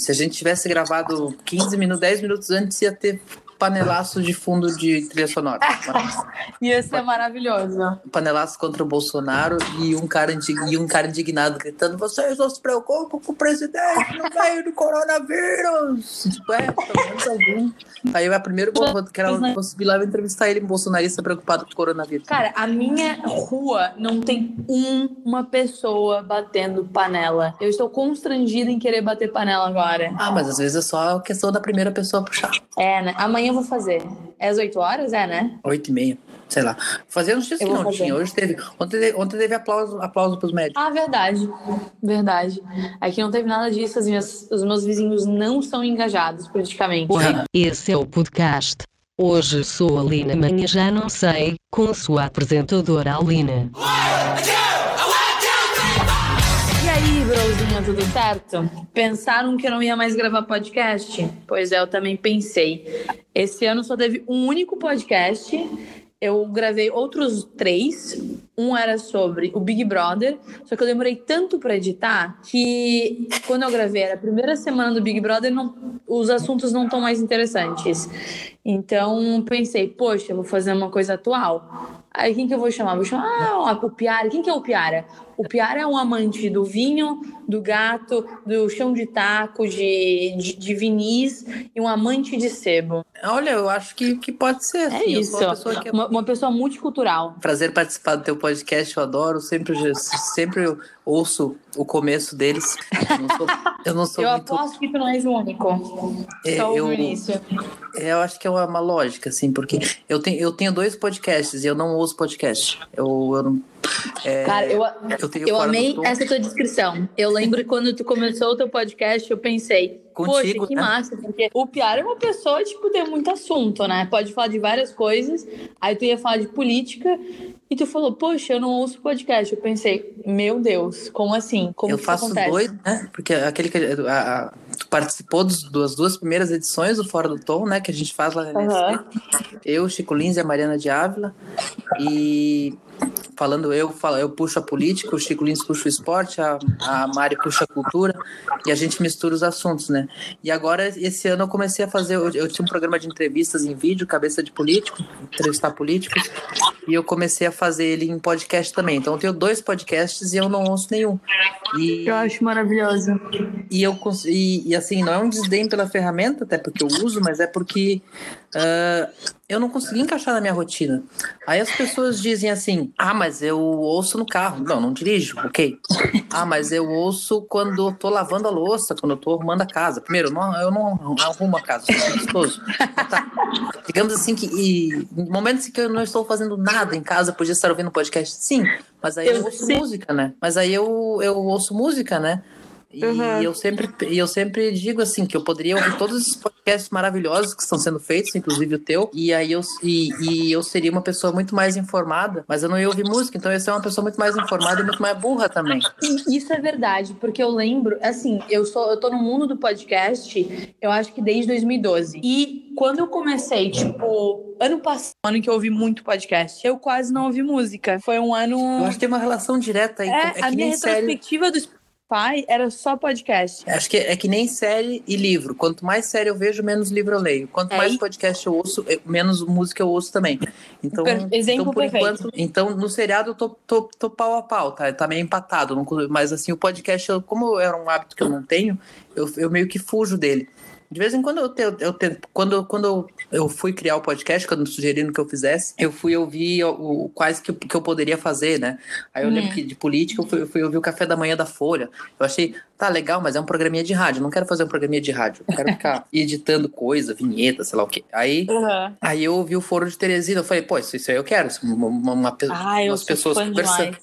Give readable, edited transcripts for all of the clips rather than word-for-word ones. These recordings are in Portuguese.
Se a gente tivesse gravado 15 minutos, 10 minutos antes, ia ter panelaço de fundo de trilha sonora. Ia ser maravilhoso. Panelaço contra o Bolsonaro e um cara indignado gritando: vocês não se preocupam com o presidente no meio do coronavírus. Tipo, pelo menos algum. Aí a primeira que ela conseguiu lá entrevistar ele, um bolsonarista preocupado com o coronavírus. Cara, a minha rua não tem uma pessoa batendo panela. Eu estou constrangida em querer bater panela agora. Mas às vezes é só a questão da primeira pessoa puxar. Né? Amanhã eu vou fazer. É às 8 horas, né? 8h30, sei lá. Fazia uns dias que não tinha. Hoje teve. Ontem teve aplauso pros médicos. Verdade. Aqui não teve nada disso. Os meus vizinhos não são engajados politicamente. Oi, esse é o podcast. Hoje sou a Lina, amanhã já não sei, com sua apresentadora Alina. E aí, brozinha, tudo certo? Pensaram que eu não ia mais gravar podcast? Pois é, eu também pensei. Esse ano só teve um único podcast. Eu gravei outros 3. Um era sobre o Big Brother, só que eu demorei tanto pra editar que quando eu gravei, era a primeira semana do Big Brother, os assuntos não estão mais interessantes. Então pensei, poxa, eu vou fazer uma coisa atual. Aí quem que eu vou chamar? Vou chamar o Piara. Quem que é o Piara? O Piara é um amante do vinho, do gato, do chão de taco, de vinis e um amante de sebo. Olha, eu acho que pode ser. É isso. Uma pessoa multicultural. Prazer participar do teu podcast, eu adoro. Sempre ouço o começo deles. Eu não sou eu muito... aposto que tu não és o único. Só o início. Eu acho que é uma lógica, assim, porque eu tenho 2 podcasts e eu não ouço podcast. Eu não... Cara, eu amei essa tua descrição. Eu lembro que quando tu começou o teu podcast, eu pensei, contigo, poxa, que né? massa, porque o Piara é uma pessoa, tipo, tem muito assunto, né? Pode falar de várias coisas, aí tu ia falar de política, e tu falou, poxa, eu não ouço podcast. Eu pensei, meu Deus, como assim? Como eu que faço isso acontece? 2, né? Porque aquele que tu participou das 2 primeiras edições do Fora do Tom, né? Que a gente faz lá na NSC. Eu, Chico Lins e a Mariana de Ávila. E eu puxo a política, o Chico Lins puxa o esporte, a Mari puxa a cultura, e a gente mistura os assuntos, né? E agora, esse ano, eu comecei a fazer... Eu tinha um programa de entrevistas em vídeo, Cabeça de Político, entrevistar políticos, e eu comecei a fazer ele em podcast também. Então, eu tenho 2 podcasts e eu não ouço nenhum. Eu acho maravilhoso. E assim, não é um desdém pela ferramenta, até porque eu uso, mas é porque eu não consegui encaixar na minha rotina. Aí as pessoas dizem assim, mas eu ouço no carro. Não dirijo, ok. Mas eu ouço quando eu tô lavando a louça, quando eu tô arrumando a casa. Primeiro, eu não arrumo a casa, eu sou gostoso. Digamos assim que em momentos em que eu não estou fazendo nada em casa, podia estar ouvindo podcast, sim. Mas aí eu ouço música, né? Eu ouço música, né? E eu sempre digo assim, que eu poderia ouvir todos esses podcasts maravilhosos que estão sendo feitos, inclusive o teu, e aí eu seria uma pessoa muito mais informada, mas eu não ia ouvir música, então eu ia ser uma pessoa muito mais informada e muito mais burra também. Isso é verdade, porque eu lembro, assim, eu tô no mundo do podcast, eu acho que desde 2012. E quando eu comecei, tipo, ano passado, ano que eu ouvi muito podcast, eu quase não ouvi música. Foi um ano... Eu acho que tem uma relação direta aí. A minha retrospectiva do Spotify era só podcast. Acho que é que nem série e livro. Quanto mais série eu vejo, menos livro eu leio. Quanto mais podcast eu ouço, menos música eu ouço também. Então, exemplo por perfeito. Enquanto, então, no seriado eu tô pau a pau, tá meio empatado. Mas assim, o podcast, como era um hábito que eu não tenho, eu meio que fujo dele. De vez em quando eu tento. Quando eu fui criar o podcast, quando me sugeriram que eu fizesse, eu fui ouvir quais que eu poderia fazer, né? Aí eu lembro que de política eu fui ouvir o Café da Manhã da Folha. Eu achei, tá legal, mas é um programinha de rádio. Não quero fazer um programinha de rádio. Eu quero ficar editando coisa, vinheta, sei lá o quê. Aí eu ouvi o Foro de Teresina. Eu falei, pô, isso aí eu quero. Umas pessoas conversando.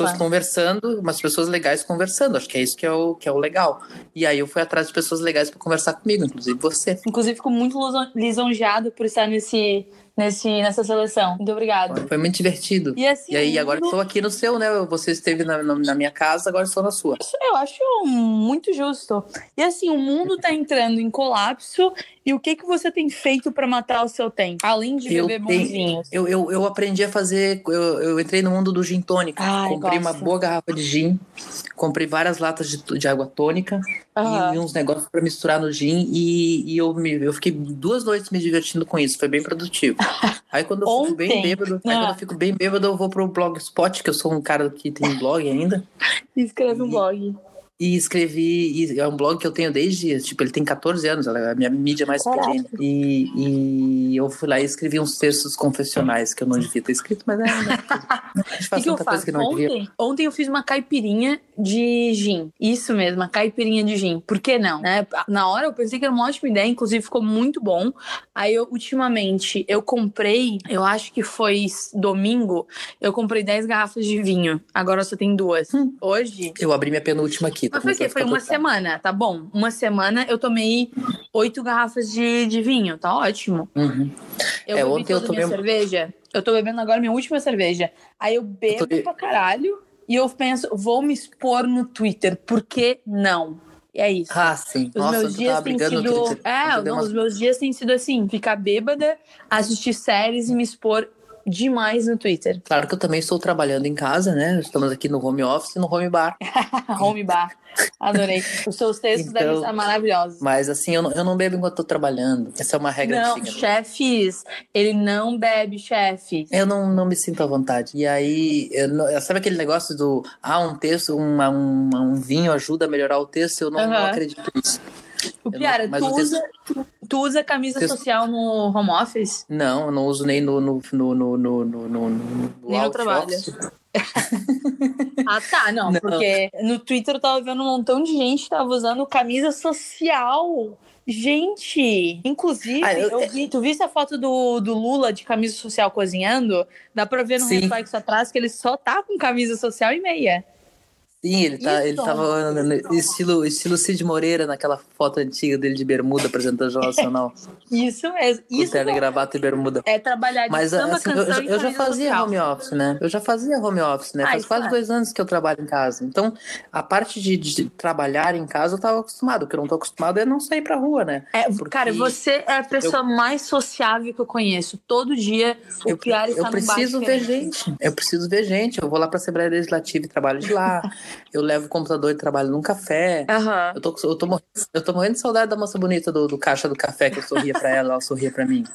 Umas pessoas legais conversando. Acho que é isso que é o legal. E aí eu fui atrás de pessoas legais pra conversar comigo, inclusive você. Inclusive, fico muito lisonjeado por estar nesse nessa seleção. Muito obrigada. Foi muito divertido. E, assim, e aí, agora estou aqui no seu, né? Você esteve na minha casa, agora estou na sua. Eu acho muito justo. E assim, o mundo tá entrando em colapso. E o que você tem feito para matar o seu tempo? Além de beber bons vinhos. Eu aprendi a fazer... Eu entrei no mundo do gin tônica. Comprei uma boa garrafa de gin. Comprei várias latas de água tônica. E uns negócios para misturar no gin. E eu fiquei 2 noites me divertindo com isso. Foi bem produtivo. Aí quando eu fico bem bêbado, eu vou pro Blogspot, que eu sou um cara que tem blog ainda. Escreve um blog. E escrevi, é um blog que eu tenho desde, tipo, ele tem 14 anos, é a minha mídia mais pequena. E eu fui lá e escrevi uns textos confessionais que eu não devia ter escrito, mas O que eu faço? Ontem eu fiz uma caipirinha de gin. Isso mesmo, uma caipirinha de gin. Por que não? Né? Na hora eu pensei que era uma ótima ideia, inclusive ficou muito bom. Aí ultimamente, eu comprei, eu acho que foi domingo, eu comprei 10 garrafas de vinho. Agora só tem 2. Hoje... Eu abri minha penúltima aqui. Mas foi o quê? Foi uma semana, tá bom? Uma semana eu tomei 8 garrafas de vinho, tá ótimo. Uhum. Ontem eu tomei minha cerveja. Eu tô bebendo agora minha última cerveja. Aí eu bebo pra caralho e eu penso, vou me expor no Twitter. Por que não? E é isso. Sim. Os meus dias têm sido assim, ficar bêbada, assistir séries e me expor demais no Twitter. Claro que eu também estou trabalhando em casa, né? Estamos aqui no home office e no home bar. Home bar. Adorei. Os seus textos devem estar maravilhosos. Mas assim, eu não bebo enquanto estou trabalhando. Essa é uma regra antiga. Não, chefes, ele não bebe, chefes. Eu não me sinto à vontade. E aí, sabe aquele negócio do um texto, um vinho ajuda a melhorar o texto? Eu não acredito nisso. Piara, tu usa camisa social no home office? Não, eu não uso nem no nem no trabalho. Não, porque no Twitter eu tava vendo um montão de gente que tava usando camisa social. Gente, inclusive, tu viste a foto do Lula de camisa social cozinhando? Dá pra ver no reflexo atrás que ele só tá com camisa social e meia. Sim, ele tava estilo Cid Moreira naquela foto antiga dele de bermuda apresentando o Jornal Nacional. Isso mesmo. Com terno e gravata e bermuda. É trabalhar de samba, assim, canção eu já fazia home office, né? Faz quase 2 anos que eu trabalho em casa. Então, a parte de trabalhar em casa eu tava acostumado. O que eu não tô acostumado é não sair pra rua, né? Cara, você é a pessoa mais sociável que eu conheço. Todo dia o Piara está no bar diferente. Eu preciso ver gente. Eu vou lá pra Assembleia Legislativa e trabalho de lá. Eu levo o computador e trabalho num café. Eu tô morrendo de saudade da moça bonita do caixa do café, que eu sorria pra ela sorria pra mim.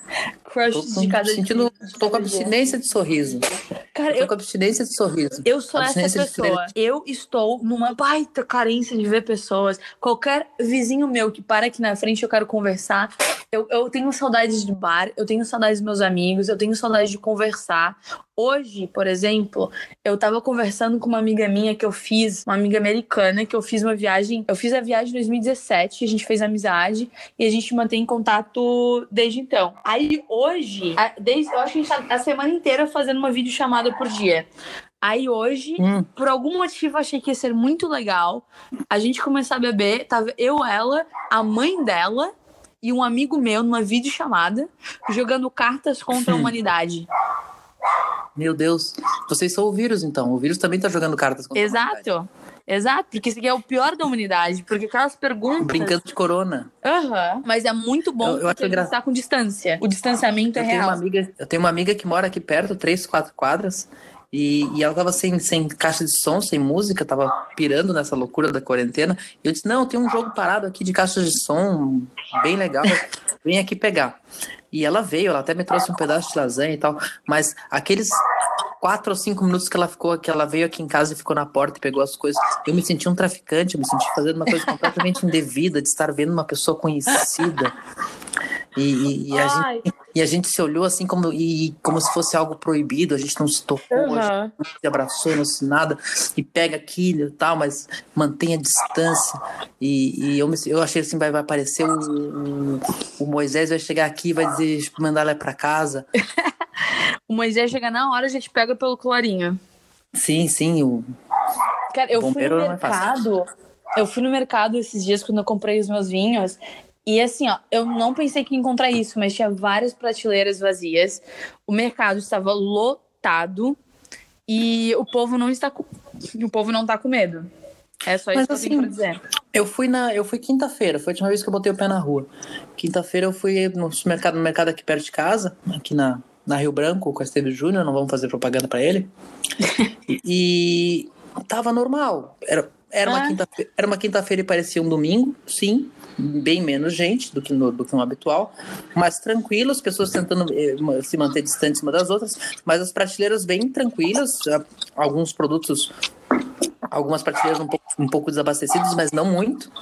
Tô com abstinência de sorriso. Cara, tô com abstinência de sorriso. Eu sou essa pessoa. Eu estou numa baita carência de ver pessoas. Qualquer vizinho meu que para aqui na frente, eu quero conversar. Eu tenho saudades de bar, eu tenho saudades dos meus amigos, eu tenho saudades de conversar. Hoje, por exemplo, eu tava conversando com uma amiga minha que eu fiz, uma amiga americana, que eu fiz uma viagem. Eu fiz a viagem em 2017, a gente fez amizade e a gente mantém contato desde então. Aí hoje, eu acho que a gente tá a semana inteira fazendo uma videochamada por dia. Aí hoje, por algum motivo, achei que ia ser muito legal a gente começar a beber. Tava eu, ela, a mãe dela e um amigo meu numa videochamada jogando cartas contra a humanidade. Meu Deus, vocês são o vírus, então. O vírus também tá jogando cartas contra a humanidade. Exato, porque isso aqui é o pior da humanidade. Porque aquelas perguntas... Brincando de corona. Mas é muito bom porque ele tá com distância. O distanciamento é real. Eu tenho uma amiga que mora aqui perto, 3, 4 quadras. E ela tava sem caixa de som, sem música, tava pirando nessa loucura da quarentena. E eu disse, não, tem um jogo parado aqui de caixas de som, bem legal, vem aqui pegar. E ela veio, ela até me trouxe um pedaço de lasanha e tal, mas aqueles 4 ou 5 minutos que ela veio aqui em casa e ficou na porta e pegou as coisas, eu me senti um traficante, eu me senti fazendo uma coisa completamente indevida, de estar vendo uma pessoa conhecida. E a gente se olhou assim como se fosse algo proibido, a gente não se tocou, a gente não se abraçou, não se nada, e pega aquilo e tal, mas mantém a distância. E eu achei assim, vai aparecer o Moisés, vai chegar aqui e vai dizer, mandar ela pra casa. O Moisés chega na hora, a gente pega pelo colarinho. Sim. Cara, eu fui no mercado esses dias quando eu comprei os meus vinhos. E assim, ó, eu não pensei que ia encontrar isso, mas tinha várias prateleiras vazias. O mercado estava lotado e o povo não tá com medo. É só isso Mas que eu tenho pra assim, dizer. eu fui quinta-feira, foi a última vez que eu botei o pé na rua. Quinta-feira eu fui no mercado aqui perto de casa, aqui na Rio Branco, com a Esteve Júnior, não vamos fazer propaganda pra ele. E tava normal. Era uma quinta-feira e parecia um domingo, sim. Bem menos gente do que no habitual, mas tranquilo, as pessoas tentando se manter distantes uma das outras, mas as prateleiras bem tranquilas, alguns produtos, algumas prateleiras um pouco desabastecidas, mas não muito.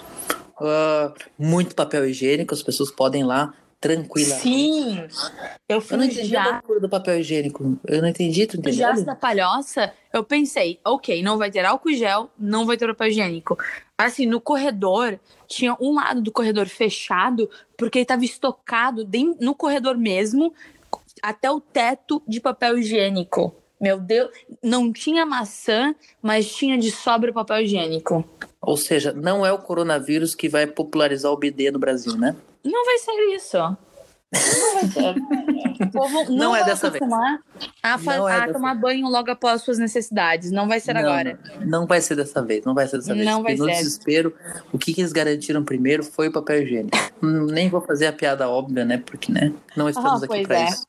Muito papel higiênico, as pessoas podem ir lá tranquilamente. Sim! Eu não entendi a loucura do papel higiênico. Eu não entendi, tu entendeu? Jaço da Palhoça, eu pensei, ok, não vai ter álcool gel, não vai ter papel higiênico. Assim, no corredor, tinha um lado do corredor fechado, porque ele estava estocado no corredor mesmo, até o teto de papel higiênico. Meu Deus, não tinha maçã, mas tinha de sobra papel higiênico. Ou seja, não é o coronavírus que vai popularizar o bidê no Brasil, né? Não vai ser isso. Não vai ser. O povo não é vai dessa vez. acostumar a tomar banho logo após suas necessidades. Não vai ser agora. Não vai ser dessa vez. Não vai ser dessa vez. Não vai no ser. Desespero, o que eles garantiram primeiro foi o papel higiênico. Nem vou fazer a piada óbvia, né? Porque, né? Não estamos aqui pra isso.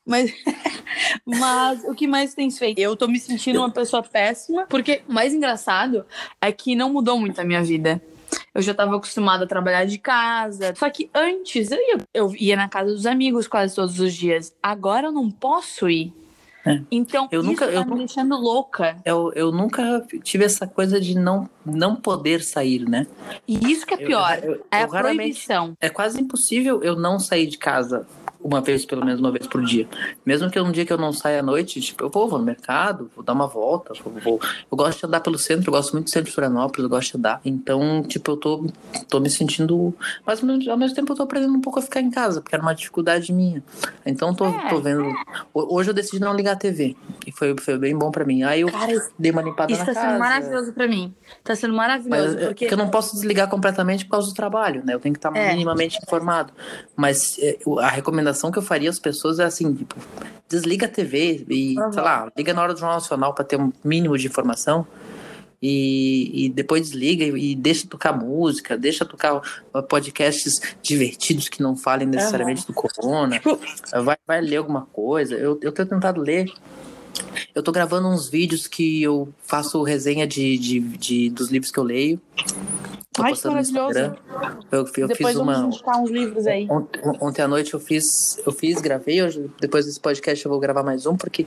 Mas o que mais tem feito? Eu tô me sentindo uma pessoa péssima, porque o mais engraçado é que não mudou muito a minha vida. Eu já estava acostumada a trabalhar de casa. Só que antes eu ia na casa dos amigos quase todos os dias. Agora eu não posso ir. Então isso tá me deixando louca. Eu nunca tive essa coisa de não poder sair, né? E isso que é pior. É a proibição. É quase impossível eu não sair de casa pelo menos uma vez por dia. Mesmo que um dia que eu não saia à noite, tipo, eu vou no mercado, vou dar uma volta, eu gosto de andar pelo centro, eu gosto muito do centro de Florianópolis, eu gosto de andar. Então, tipo, eu tô me sentindo... Mas ao mesmo tempo eu tô aprendendo um pouco a ficar em casa, porque era uma dificuldade minha. Então, tô vendo... Hoje eu decidi não ligar a TV, e foi bem bom pra mim. Aí eu dei uma limpada na casa. Isso tá sendo maravilhoso pra mim. Tá sendo maravilhoso. Porque eu não posso desligar completamente por causa do trabalho, né? Eu tenho que estar minimamente informado. Mas a recomendação que eu faria às pessoas é assim, tipo, desliga a TV e, sei lá, liga na hora do Jornal Nacional para ter um mínimo de informação e depois desliga e deixa tocar música, deixa tocar podcasts divertidos que não falem necessariamente do corona, vai ler alguma coisa. Eu tenho tentado ler. Eu tô gravando uns vídeos que eu faço resenha dos livros que eu leio. Ai, que maravilhoso. Eu depois fiz vamos buscar uns livros aí. Ontem à noite gravei. Hoje, depois desse podcast eu vou gravar mais um, porque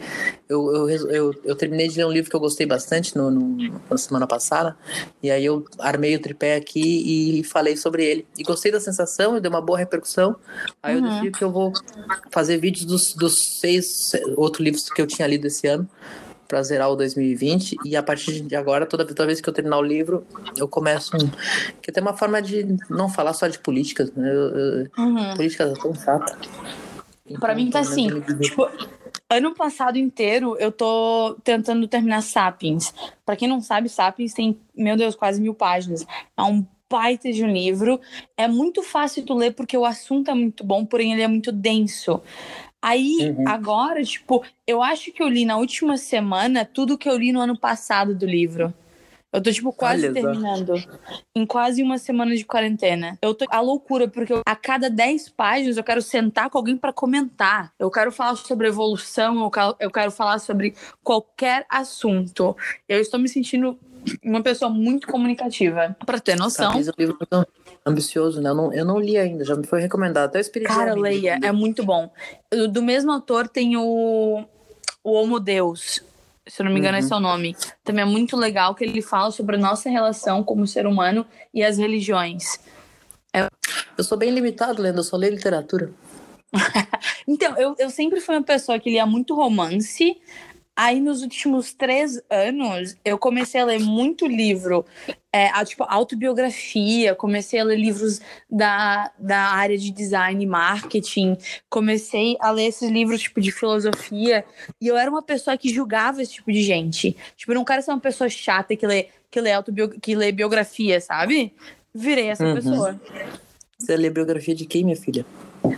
eu terminei de ler um livro que eu gostei bastante na semana passada. E aí eu armei o tripé aqui e falei sobre ele. E gostei da sensação, eu dei uma boa repercussão. Aí eu decidi que eu vou fazer vídeos dos 6 outros livros que eu tinha lido esse ano, para zerar o 2020, e a partir de agora, toda vez que eu terminar o livro, eu começo que tem uma forma de não falar só de políticas, né? Política é tão chata. Então, pra mim tá assim, tipo, ano passado inteiro eu tô tentando terminar Sapiens. Pra quem não sabe, Sapiens tem, meu Deus, quase 1000 páginas. É um baita de um livro. É muito fácil de ler porque o assunto é muito bom, porém ele é muito denso. Aí, agora, tipo, eu acho que eu li na última semana tudo que eu li no ano passado do livro. Eu tô, tipo, quase terminando. Em quase uma semana de quarentena. Eu tô a loucura, porque a cada 10 páginas eu quero sentar com alguém pra comentar. Eu quero falar sobre evolução, eu quero falar sobre qualquer assunto. Eu estou me sentindo uma pessoa muito comunicativa. Pra ter noção. Talvez o livro é tão ambicioso, né? Eu não li ainda, já me foi recomendado. Até eu Cara, leia, é muito bom. Do mesmo autor tem o Homo Deus, se eu não me engano esse é o nome. Também é muito legal que ele fala sobre a nossa relação como ser humano e as religiões. Eu sou bem limitado lendo, eu só leio literatura. Então, eu sempre fui uma pessoa que lia muito romance. Aí, nos últimos 3 anos, eu comecei a ler muito livro, tipo, autobiografia, comecei a ler livros da área de design e marketing, comecei a ler esses livros, tipo, de filosofia, e eu era uma pessoa que julgava esse tipo de gente. Tipo, eu não quero ser uma pessoa chata que lê biografia, sabe? Virei essa pessoa. Você lê a biografia de quem, minha filha?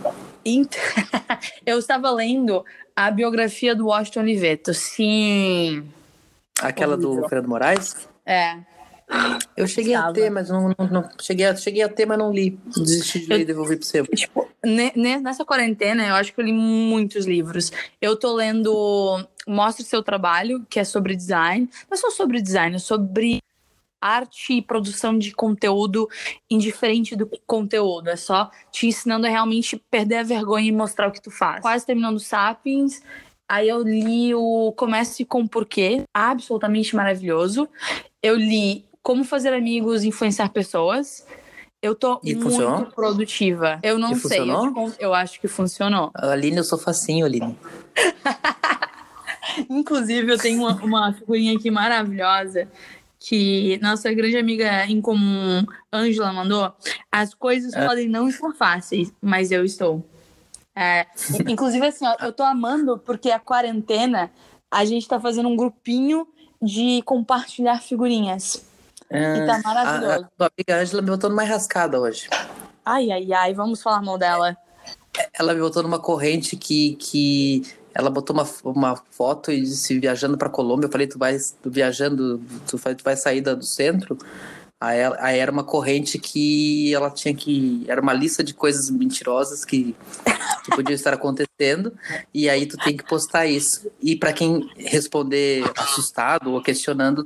Eu estava lendo a biografia do Washington Oliveto. Sim. Aquela do Fernando Moraes? É. Eu cheguei a ter, mas não cheguei a ter, mas não li. Desisti de ler e devolvi pra você. Tipo, nessa quarentena, eu acho que eu li muitos livros. Eu tô lendo Mostre Seu Trabalho, que é sobre design. Não é só sobre design, é sobre arte e produção de conteúdo indiferente do conteúdo. É só te ensinando a realmente perder a vergonha e mostrar o que tu faz. Quase terminando Sapiens. Aí eu li o Comece com Porquê, absolutamente maravilhoso. Eu li Como Fazer Amigos e Influenciar Pessoas. Eu tô muito produtiva. Eu não sei. Eu acho que funcionou. Aline, eu sou facinho, Aline. Inclusive, eu tenho uma figurinha aqui maravilhosa que nossa grande amiga em comum, Ângela, mandou. As coisas podem não estar fáceis, mas eu estou. Inclusive, assim, ó, eu tô amando porque a quarentena a gente tá fazendo um grupinho de compartilhar figurinhas. E tá maravilhoso. A tua amiga Ângela me botou numa enrascada hoje. Ai, vamos falar mal dela. Ela me botou numa corrente que ela botou uma foto e disse viajando pra Colômbia. Eu falei, tu vai sair do centro? Aí era uma corrente que ela tinha que... Era uma lista de coisas mentirosas que podiam estar acontecendo. E aí tu tem que postar isso. E pra quem responder assustado ou questionando,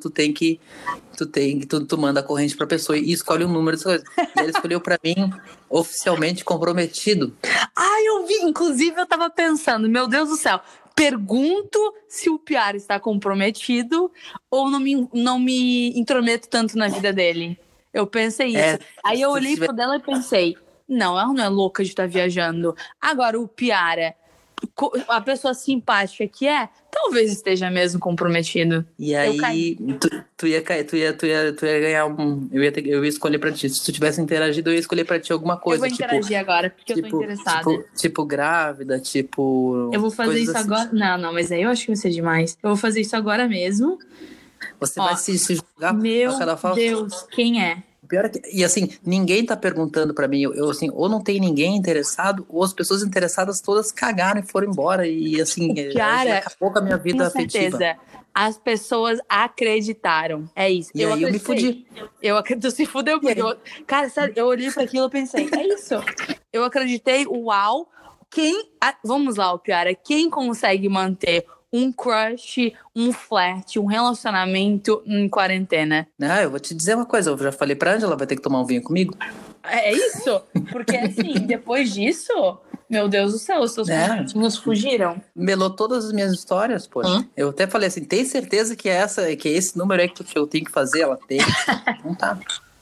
tu manda a corrente pra pessoa e escolhe um número dessas coisas. E ele escolheu pra mim oficialmente comprometido. Eu vi. Inclusive, eu tava pensando, meu Deus do céu, pergunto se o Piara está comprometido ou não me intrometo tanto na vida dele. Eu pensei isso. Aí eu olhei pro dela e pensei, não, ela não é louca de estar viajando. Agora, o Piara, a pessoa simpática que talvez esteja mesmo comprometido. E aí, tu ia ganhar eu ia escolher pra ti. Se tu tivesse interagido, eu ia escolher pra ti alguma coisa. Eu vou interagir agora, porque eu tô interessada. Tipo grávida, tipo... Eu vou fazer isso assim. Agora... Não, mas aí eu acho que vai ser demais. Eu vou fazer isso agora mesmo. Você vai se julgar. Meu Deus, quem é? Pior que, e assim, ninguém tá perguntando pra mim, eu assim, ou não tem ninguém interessado, ou as pessoas interessadas todas cagaram e foram embora, e assim, cara, acabou com a minha vida afetiva. Certeza. As pessoas acreditaram. É isso. E aí eu me fudi. Tu se fudeu, porque cara, sério, eu olhei pra aquilo e pensei, é isso. Eu acreditei, uau. Vamos lá, Piara, quem consegue manter um crush, um flerte, um relacionamento em quarentena? Eu vou te dizer uma coisa, eu já falei pra Ângela, vai ter que tomar um vinho comigo. É isso? Porque assim, depois disso, meu Deus do céu, os seus contatinhos fugiram. Melou todas as minhas histórias, poxa. Eu até falei assim, tem certeza que é esse número aí que eu tenho que fazer? Ela tem. Não tá.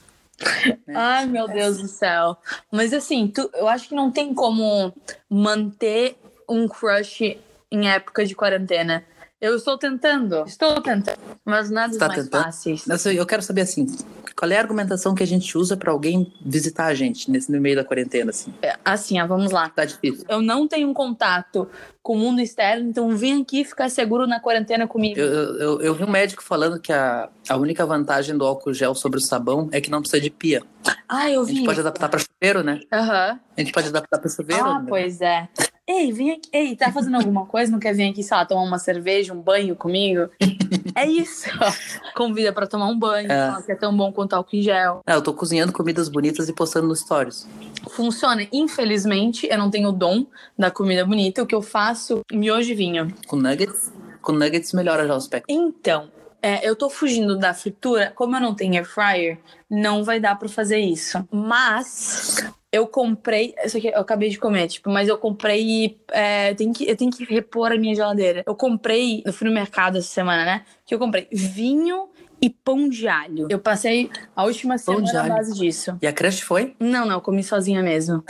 Ai, meu Deus do céu. Mas assim, eu acho que não tem como manter um crush em época de quarentena. Eu estou tentando, mas nada mais fácil. Eu quero saber assim, qual é a argumentação que a gente usa pra alguém visitar a gente no meio da quarentena, assim? Assim, vamos lá. Tá difícil. Eu não tenho um contato com o mundo externo, então vem aqui ficar seguro na quarentena comigo. Eu vi um médico falando que a única vantagem do álcool gel sobre o sabão é que não precisa de pia. Eu vi. A gente pode adaptar pra chuveiro, né? A gente pode adaptar pra chuveiro. Né? Pois é. Ei, vem aqui. Ei, tá fazendo alguma coisa? Não quer vir aqui, sei lá, tomar uma cerveja, um banho comigo? É isso. Convida pra tomar um banho. Fala que é tão bom quanto álcool em gel. Eu tô cozinhando comidas bonitas e postando nos stories. Funciona. Infelizmente, eu não tenho o dom da comida bonita. O que eu faço, miojo e vinho. Com nuggets melhora já o aspecto. Então, eu tô fugindo da fritura. Como eu não tenho air fryer, não vai dar pra fazer isso. Mas... eu comprei, isso aqui eu acabei de comer, mas eu comprei, eu tenho que repor a minha geladeira. Eu fui no mercado essa semana, né? Que eu comprei vinho e pão de alho. Eu passei a última semana na base disso. E a crush foi? Não, eu comi sozinha mesmo.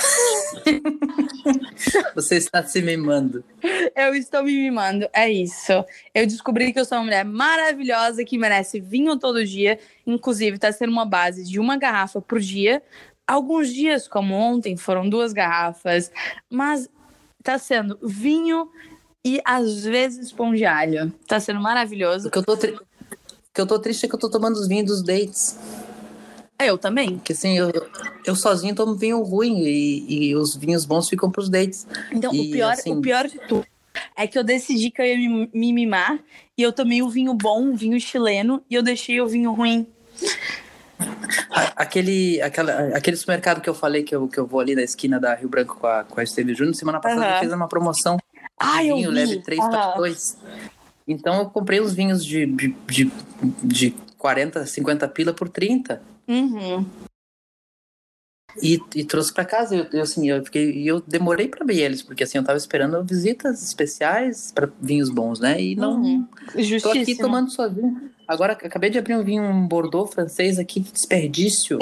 Você está se mimando. Eu estou me mimando, é isso. Eu descobri que eu sou uma mulher maravilhosa que merece vinho todo dia. Inclusive, tá sendo uma base de uma garrafa por dia. Alguns dias, como ontem, foram 2 garrafas, mas tá sendo vinho e, às vezes, pão de alho. Tá sendo maravilhoso. O que eu tô triste é que eu tô tomando os vinhos dos dates. Eu também. Porque assim, eu sozinho tomo vinho ruim e os vinhos bons ficam pros dates. Então, E, assim, o pior de tudo é que eu decidi que eu ia me mimar e eu tomei o vinho bom, o vinho chileno, e eu deixei o vinho ruim. Aquele supermercado que eu falei que eu vou ali na esquina da Rio Branco com a Esteve Júnior, semana passada ele fez uma promoção de eu vinho vi. leve 3 para 2. Então eu comprei os vinhos de 40, 50 pila por 30. Uhum. E trouxe pra casa. Eu demorei pra ver eles, porque assim, eu tava esperando visitas especiais pra vinhos bons, né? E não. Tô aqui tomando só vinho. Agora acabei de abrir um Bordeaux francês aqui, que desperdício.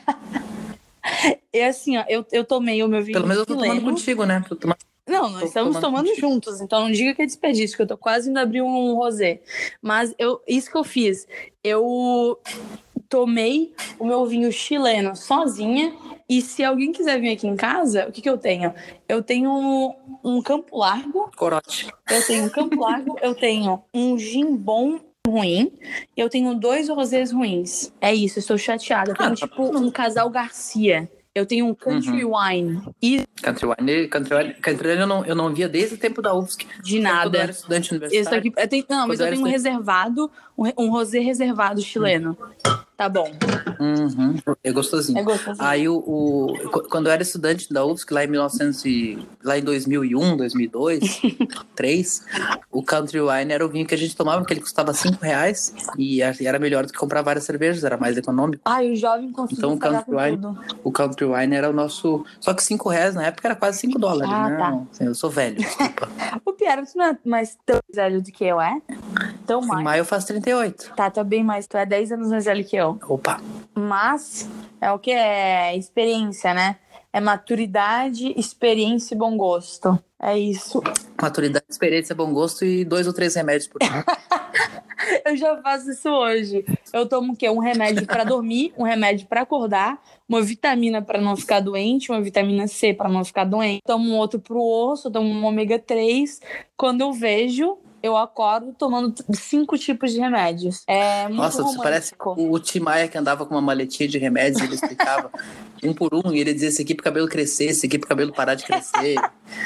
É assim, ó, eu tomei o meu vinho. Pelo menos eu tô tomando contigo, né? Não, nós estamos tomando juntos, então não diga que é desperdício, que eu tô quase indo abrir um rosé. Mas isso que eu fiz, eu tomei o meu vinho chileno sozinha, e se alguém quiser vir aqui em casa, o que eu tenho? Eu tenho um Campo Largo. Corote. Eu tenho um Campo Largo, eu tenho um gin bom ruim, e eu tenho 2 rosés ruins. É isso, eu estou chateada. Eu tenho tipo um Casal Garcia. Eu tenho um Country Wine. Country Wine eu não via desde o tempo da UFSC. De nada. Quando eu era estudante universitário. Esse aqui, mas eu tenho um reservado, um rosé reservado chileno. Tá bom. É gostosinho. Aí, quando eu era estudante da UFSC, lá em 2001, 2002, 2003, o Country Wine era o vinho que a gente tomava, porque ele custava R$5 e era melhor do que comprar várias cervejas, era mais econômico. O jovem conseguiu pagar com tudo. O Country Wine era o nosso... Só que R$5 na época era quase $5, né? Tá. Assim, eu sou velho, desculpa. O Pierre, tu não é mais tão velho do que eu, é? Tão mais. Em maio eu faço 38. Tá bem mais. Tu é 10 anos mais velho que eu. Opa. Mas é o que? É experiência, né? É maturidade, experiência e bom gosto. É isso. Maturidade, experiência, bom gosto e 2 ou 3 remédios por dia. Eu já faço isso hoje. Eu tomo o quê? Um remédio pra dormir, um remédio pra acordar, uma vitamina pra não ficar doente, uma vitamina C pra não ficar doente. Tomo um outro pro osso, tomo um ômega 3. Quando eu vejo, eu acordo tomando 5 tipos de remédios. É muito Nossa, romântico. você parece o Tim Maia, que andava com uma maletinha de remédios e ele explicava um por um, e ele dizia esse aqui pro cabelo crescer, esse aqui pro cabelo parar de crescer.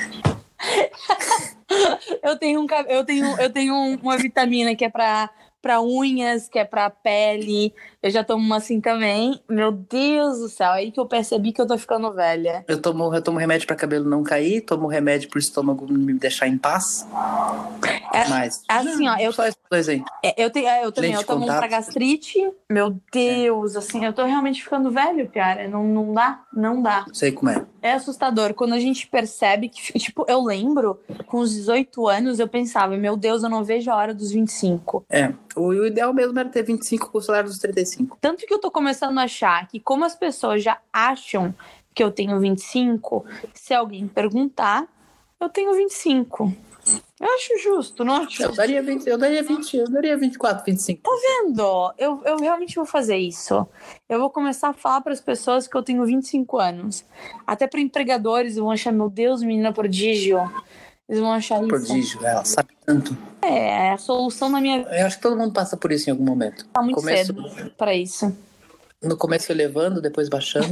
Eu tenho uma vitamina que é pra unhas, que é pra pele. Eu já tomo uma assim também. Meu Deus do céu, é aí que eu percebi que eu tô ficando velha. Eu tomo remédio pra cabelo não cair, tomo remédio pro estômago me deixar em paz. Mas assim, ó, só esses dois aí. Eu também, eu tomo um pra gastrite. Meu Deus, assim, eu tô realmente ficando velho, cara. Não dá. Sei como é. É assustador. Quando a gente percebe que, tipo, eu lembro, com os 18 anos, eu pensava, meu Deus, eu não vejo a hora dos 25. O ideal mesmo era ter 25 com o salário dos 35. Tanto que eu tô começando a achar que, como as pessoas já acham que eu tenho 25, se alguém perguntar, eu tenho 25. Eu acho justo, não acho? Eu daria 24, 25. Tá vendo? Eu realmente vou fazer isso. Eu vou começar a falar para as pessoas que eu tenho 25 anos. Até para empregadores, vão achar, meu Deus, menina prodígio. Eles vão achar isso. Prodígio, ela sabe tanto. É a solução da minha vida. Eu acho que todo mundo passa por isso em algum momento. Tá muito cedo para isso. No começo elevando, depois baixando.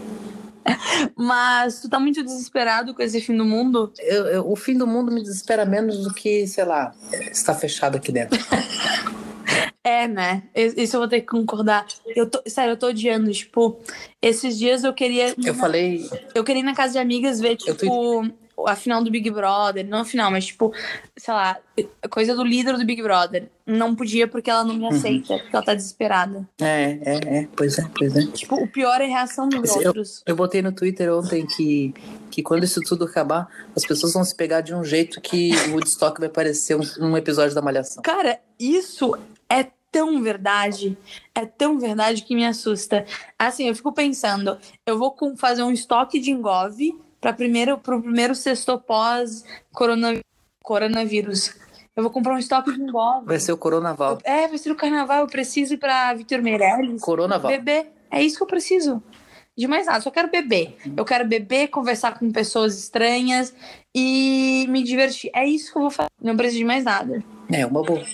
Mas tu tá muito desesperado com esse fim do mundo? O fim do mundo me desespera menos do que, sei lá, está fechado aqui dentro. Né? Isso eu vou ter que concordar. Sério, eu tô odiando. Tipo, esses dias eu queria... Eu queria ir na casa de amigas ver, tipo... a final do Big Brother, não a final, mas tipo, sei lá, coisa do líder do Big Brother. Não podia porque ela não me aceita, porque ela tá desesperada. Pois é. Tipo, o pior é a reação dos outros. Eu botei no Twitter ontem que quando isso tudo acabar, as pessoas vão se pegar de um jeito que o Woodstock vai parecer um episódio da Malhação. Cara, isso é tão verdade que me assusta. Assim, eu fico pensando, eu vou fazer um estoque de Engov pro primeiro sexto pós-coronavírus. Eu vou comprar um estoque de Engov. Vai ser o Coronaval. Vai ser o Carnaval. Eu preciso ir pra Vitor Meirelles. Coronaval. Beber. É isso que eu preciso. De mais nada, só quero beber. Eu quero beber, conversar com pessoas estranhas e me divertir. É isso que eu vou fazer. Não preciso de mais nada. É uma boa.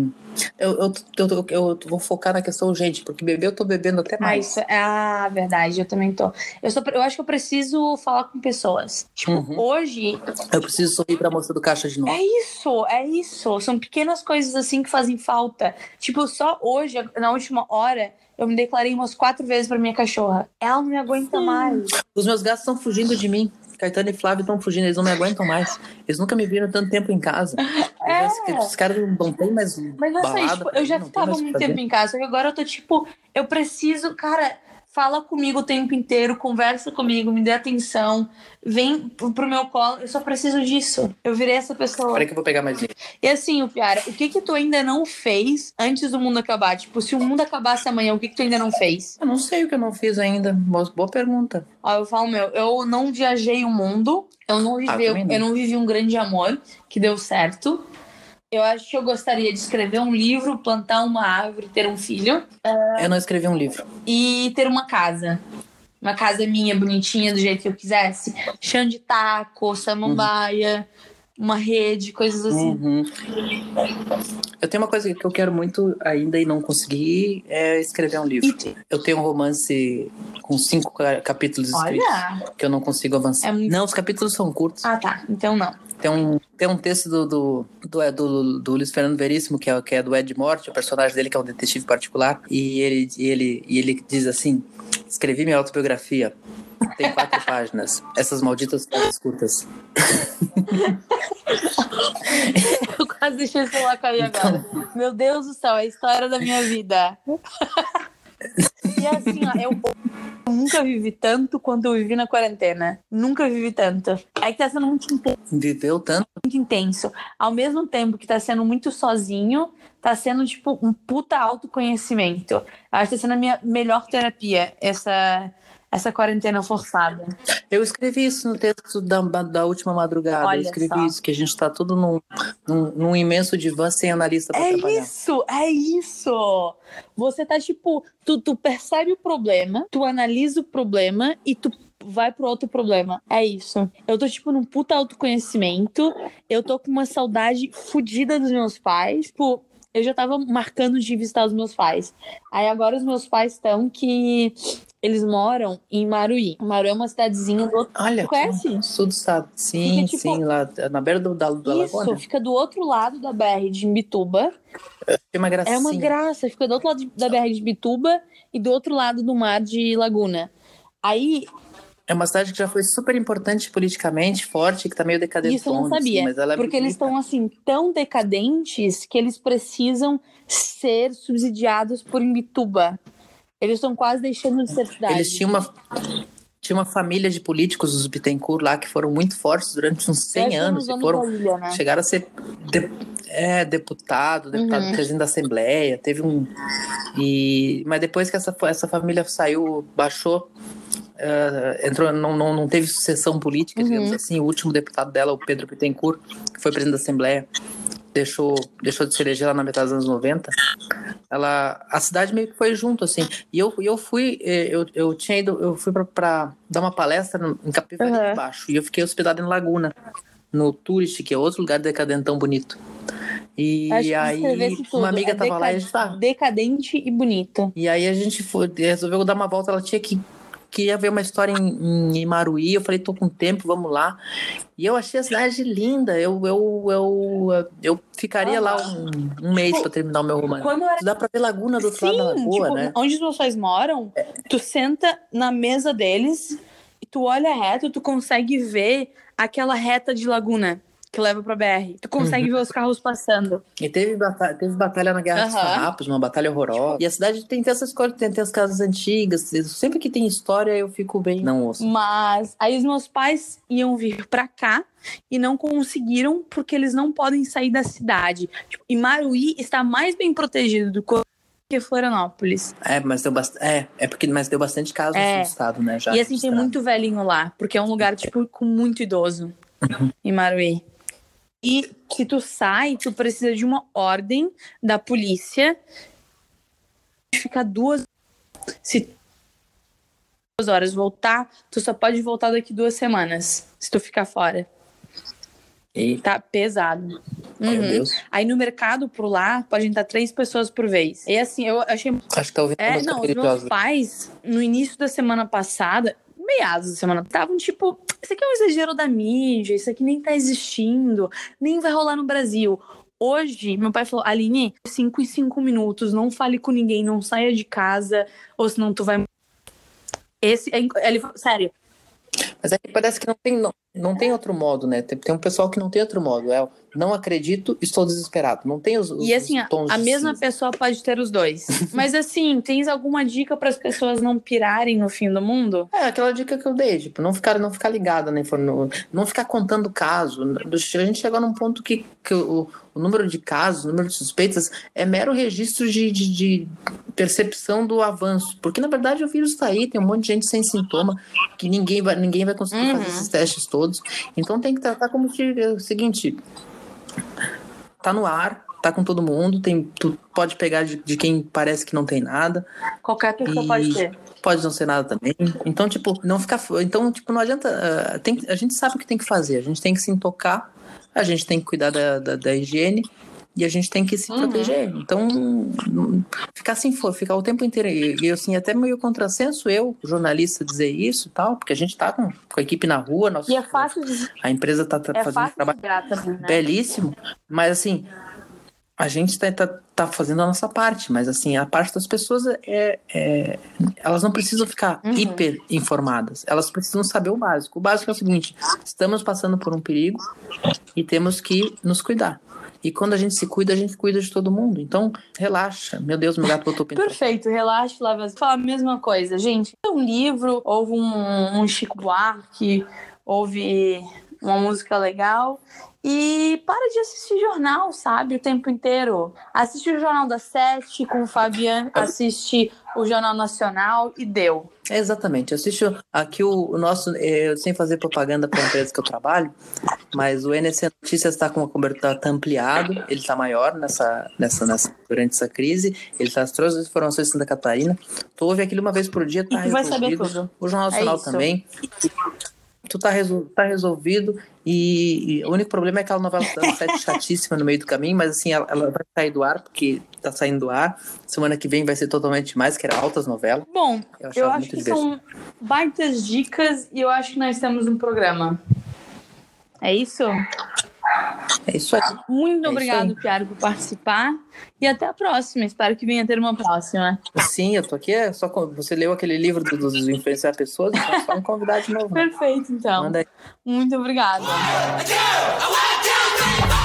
Eu vou focar na questão urgente, porque beber eu tô bebendo até mais. Verdade, eu também tô. Eu acho que eu preciso falar com pessoas. Tipo, hoje. Eu preciso sorrir pra moça do caixa de novo. É isso. São pequenas coisas assim que fazem falta. Tipo, só hoje, na última hora, eu me declarei umas 4 vezes pra minha cachorra. Ela não me aguenta mais. Os meus gatos estão fugindo de mim. Caetano e Flávio estão fugindo, eles não me aguentam mais. Eles nunca me viram tanto tempo em casa. Os caras não tem mais Mas não sei, tipo, eu já ficava muito tempo em casa, só que agora eu tô tipo, eu preciso, cara, fala comigo o tempo inteiro, conversa comigo, me dê atenção, vem pro meu colo, eu só preciso disso. Eu virei essa pessoa. Peraí que eu vou pegar mais. E assim, Piara, o que tu ainda não fez antes do mundo acabar? Tipo, se o mundo acabasse amanhã, o que tu ainda não fez? Eu não sei o que eu não fiz ainda. Boa pergunta. Ó, eu falo, eu não viajei o mundo, eu não vivi um grande amor que deu certo. Eu acho que eu gostaria de escrever um livro, plantar uma árvore, ter um filho. Eu não escrevi um livro. E ter uma casa. Uma casa minha, bonitinha, do jeito que eu quisesse. Chão de taco, samambaia, uma rede, coisas assim. Eu tenho uma coisa que eu quero muito ainda e não consegui, é escrever um livro. Eu tenho um romance com 5 capítulos escritos. Olha! Que eu não consigo avançar. Não, os capítulos são curtos. Ah, tá. Então não. Tem um texto do Luiz Fernando Veríssimo, que é do Ed Morte, o personagem dele, que é um detetive particular, e ele diz assim: escrevi minha autobiografia, tem 4 páginas, essas malditas páginas curtas. Eu quase deixei o celular cair agora. Meu Deus do céu, é a história da minha vida. E assim, ó, eu nunca vivi tanto quanto eu vivi na quarentena. Nunca vivi tanto. É que tá sendo muito intenso. Viveu tanto? Muito intenso. Ao mesmo tempo que tá sendo muito sozinho, tá sendo, tipo, um puta autoconhecimento. Eu acho que tá sendo a minha melhor terapia, essa quarentena forçada. Eu escrevi isso no texto da última madrugada. Olha, eu escrevi só. isso, que a gente tá tudo num imenso divã sem analista pra trabalhar. É isso! Você tá tipo, tu percebe o problema, tu analisa o problema e tu vai pro outro problema. É isso. Eu tô tipo num puta autoconhecimento, eu tô com uma saudade fodida dos meus pais, tipo, eu já tava marcando de visitar os meus pais. Aí agora os meus pais estão que eles moram em Maruí. Maruí é uma cidadezinha do outro... Olha, tu conhece? Sul do estado. Sim, fica, tipo... sim, lá na beira da lagoa. Isso, fica do outro lado da BR de Imbituba. É uma gracinha. É uma graça, fica do outro lado da BR de Imbituba e do outro lado do mar de Laguna. Aí... É uma cidade que já foi super importante politicamente, forte, que tá meio decadente. Isso eu não sabia, assim, mas ela é porque eles estão assim tão decadentes que eles precisam ser subsidiados por Imbituba. Eles estão quase deixando de ser cidade. Eles tinham uma família de políticos, os Bittencourt lá, que foram muito fortes durante uns 100 anos. E foram, ilha, né? Chegaram a ser deputado presidente da Assembleia. Teve mas depois que essa família saiu, baixou, entrou, não teve sucessão política, digamos assim. O último deputado dela, o Pedro Bittencourt, que foi presidente da Assembleia, deixou de se eleger lá na metade dos anos 90. A cidade meio que foi junto, assim. E eu fui para dar uma palestra em Capivari de Baixo, e eu fiquei hospedado em Laguna, no Tourist, que é outro lugar decadentão bonito. E aí uma amiga tava lá e a gente tava decadente e bonito. E aí a gente resolveu dar uma volta. Ela queria ver uma história em Maruí. Eu falei, tô com tempo, vamos lá. E eu achei a cidade linda. Eu ficaria lá um mês pra terminar o meu romance. Dá pra ver Laguna do outro lado da lagoa, tipo, né? Onde os meus pais moram, tu senta na mesa deles e tu olha reto, tu consegue ver aquela reta de Laguna que leva pra BR. Tu consegue ver os carros passando. E teve batalha na Guerra dos Farrapos, uma batalha horrorosa. E a cidade tem essas coisas, tem as casas antigas. Sempre que tem história, eu fico bem... Não ouço. Mas aí os meus pais iam vir pra cá e não conseguiram porque eles não podem sair da cidade. Tipo, e Maruí está mais bem protegido do que Florianópolis. Mas deu bastante casos no estado, né? Já e assim, tem muito velhinho lá, porque é um lugar, tipo, com muito idoso em Maruí. E se tu sai, tu precisa de uma ordem da polícia. Fica 2 horas voltar, tu só pode voltar daqui 2 semanas, se tu ficar fora. E tá pesado. Meu Deus. Aí no mercado por lá pode entrar 3 pessoas por vez. E assim, eu achei. Acho que tá ouvindo música Não, os religiosa. meus pais, no início da semana passada, meados da semana, estavam tipo, isso aqui é um exagero da mídia, isso aqui nem tá existindo, nem vai rolar no Brasil. Hoje, meu pai falou, Aline, 5 em 5 minutos, não fale com ninguém, não saia de casa, ou senão tu vai... Ele falou, sério. Mas aí parece que não tem outro modo, né? Tem um pessoal que não tem outro modo. Não acredito, estou desesperado. Não tem os E assim, tons a de mesma cinza. pessoa pode ter os dois. Mas assim, tens alguma dica para as pessoas não pirarem no fim do mundo? Aquela dica que eu dei, tipo, não ficar ligada, né? Não ficar contando caso. A gente chegou num ponto que o número de casos, o número de suspeitas é mero registro de percepção do avanço. Porque, na verdade, o vírus está aí, tem um monte de gente sem sintoma, que ninguém vai conseguir fazer esses testes todos. Então tem que tratar como o seguinte... Tá no ar, tá com todo mundo, tu pode pegar de quem parece que não tem nada. Qualquer pessoa pode ter. Pode não ser nada também. Então, tipo, não ficar. Então, tipo, não adianta. A gente sabe o que tem que fazer. A gente tem que se intocar, a gente tem que cuidar da higiene e a gente tem que se proteger. Então, ficar assim, ficar o tempo inteiro. E assim, até meio contrassenso jornalista, dizer isso e tal, porque a gente tá com a equipe na rua. E é fácil de... A empresa tá fazendo um trabalho também, né? belíssimo, mas assim, a gente tá fazendo a nossa parte, mas assim, a parte das pessoas elas não precisam ficar hiper informadas, elas precisam saber o básico. O básico é o seguinte: estamos passando por um perigo e temos que nos cuidar. E quando a gente se cuida, a gente cuida de todo mundo. Então, relaxa. Meu Deus, meu gato botou pintura. Perfeito, relaxa, lava. Fala a mesma coisa, gente. Um livro, houve um Chico Buarque, houve uma música legal. E para de assistir jornal, sabe? O tempo inteiro. Assiste o Jornal das 7 com o Fabiano, assiste o Jornal Nacional e deu. Exatamente. Assiste aqui o nosso, sem fazer propaganda para a empresa que eu trabalho, mas o NSC Notícias está com uma cobertura, tá ampliado, ele está maior durante essa crise, ele traz todas as informações de Santa Catarina. Tu ouve aquilo uma vez por dia, tá resolvido. Vai saber tudo. O Jornal Nacional também. Tu tá resolvido e o único problema é aquela novela das 7 chatíssima no meio do caminho, mas assim, ela vai sair do ar, porque tá saindo do ar. Semana que vem vai ser totalmente mais, que era altas novelas. Bom, eu acho que são baitas dicas e eu acho que nós temos um programa. É isso? É isso aí. Muito obrigado, Piara, por participar. E até a próxima. Espero que venha ter uma próxima. Sim, eu tô aqui. Você leu aquele livro dos influenciar pessoas, então é só me convidar de novo. Perfeito, então. Manda aí. Muito obrigada. 1, 2, 3, 4.